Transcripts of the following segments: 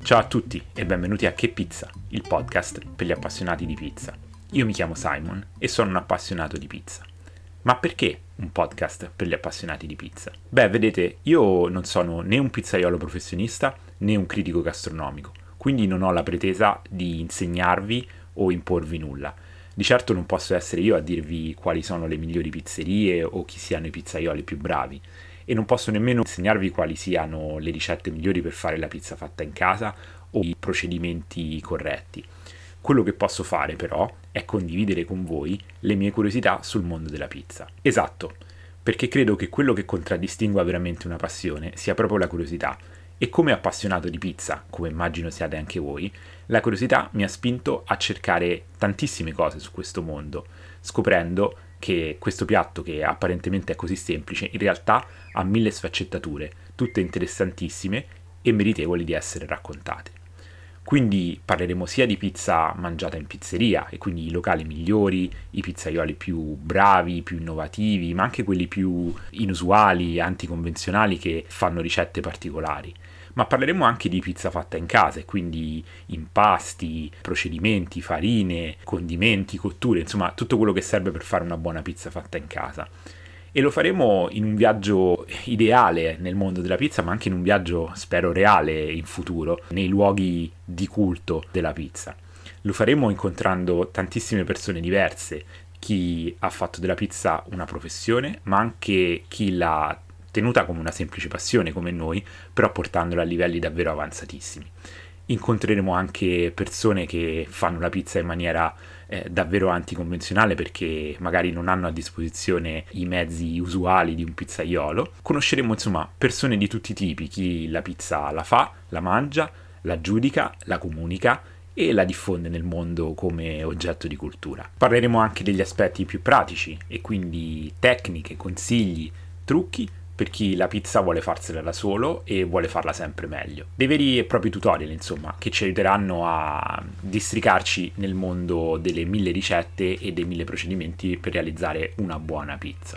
Ciao a tutti e benvenuti a Che Pizza, il podcast per gli appassionati di pizza. Io mi chiamo Simon e sono un appassionato di pizza. Ma perché un podcast per gli appassionati di pizza? Beh, vedete, io non sono né un pizzaiolo professionista né un critico gastronomico, quindi non ho la pretesa di insegnarvi o imporvi nulla. Di certo non posso essere io a dirvi quali sono le migliori pizzerie o chi siano i pizzaioli più bravi. E non posso nemmeno insegnarvi quali siano le ricette migliori per fare la pizza fatta in casa o i procedimenti corretti. Quello che posso fare però è condividere con voi le mie curiosità sul mondo della pizza. Esatto, perché credo che quello che contraddistingua veramente una passione sia proprio la curiosità. E come appassionato di pizza, come immagino siate anche voi, la curiosità mi ha spinto a cercare tantissime cose su questo mondo, scoprendo che questo piatto, che apparentemente è così semplice, in realtà ha 1000 sfaccettature, tutte interessantissime e meritevoli di essere raccontate. Quindi parleremo sia di pizza mangiata in pizzeria, e quindi i locali migliori, i pizzaioli più bravi, più innovativi, ma anche quelli più inusuali, anticonvenzionali che fanno ricette particolari. Ma parleremo anche di pizza fatta in casa, e quindi impasti, procedimenti, farine, condimenti, cotture, insomma tutto quello che serve per fare una buona pizza fatta in casa. E lo faremo in un viaggio ideale nel mondo della pizza, ma anche in un viaggio, spero, reale in futuro, nei luoghi di culto della pizza. Lo faremo incontrando tantissime persone diverse, chi ha fatto della pizza una professione, ma anche chi l'ha tenuta come una semplice passione come noi, però portandola a livelli davvero avanzatissimi. Incontreremo anche persone che fanno la pizza in maniera davvero anticonvenzionale perché magari non hanno a disposizione i mezzi usuali di un pizzaiolo. Conosceremo insomma persone di tutti i tipi, chi la pizza la fa, la mangia, la giudica, la comunica e la diffonde nel mondo come oggetto di cultura. Parleremo anche degli aspetti più pratici e quindi tecniche, consigli, trucchi per chi la pizza vuole farsela da solo e vuole farla sempre meglio. Dei veri e propri tutorial, insomma, che ci aiuteranno a districarci nel mondo delle 1000 ricette e dei 1000 procedimenti per realizzare una buona pizza.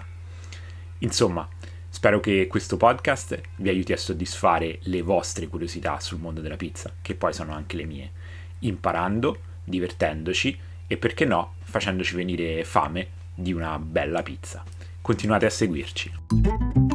Insomma, spero che questo podcast vi aiuti a soddisfare le vostre curiosità sul mondo della pizza, che poi sono anche le mie, imparando, divertendoci e, perché no, facendoci venire fame di una bella pizza. Continuate a seguirci.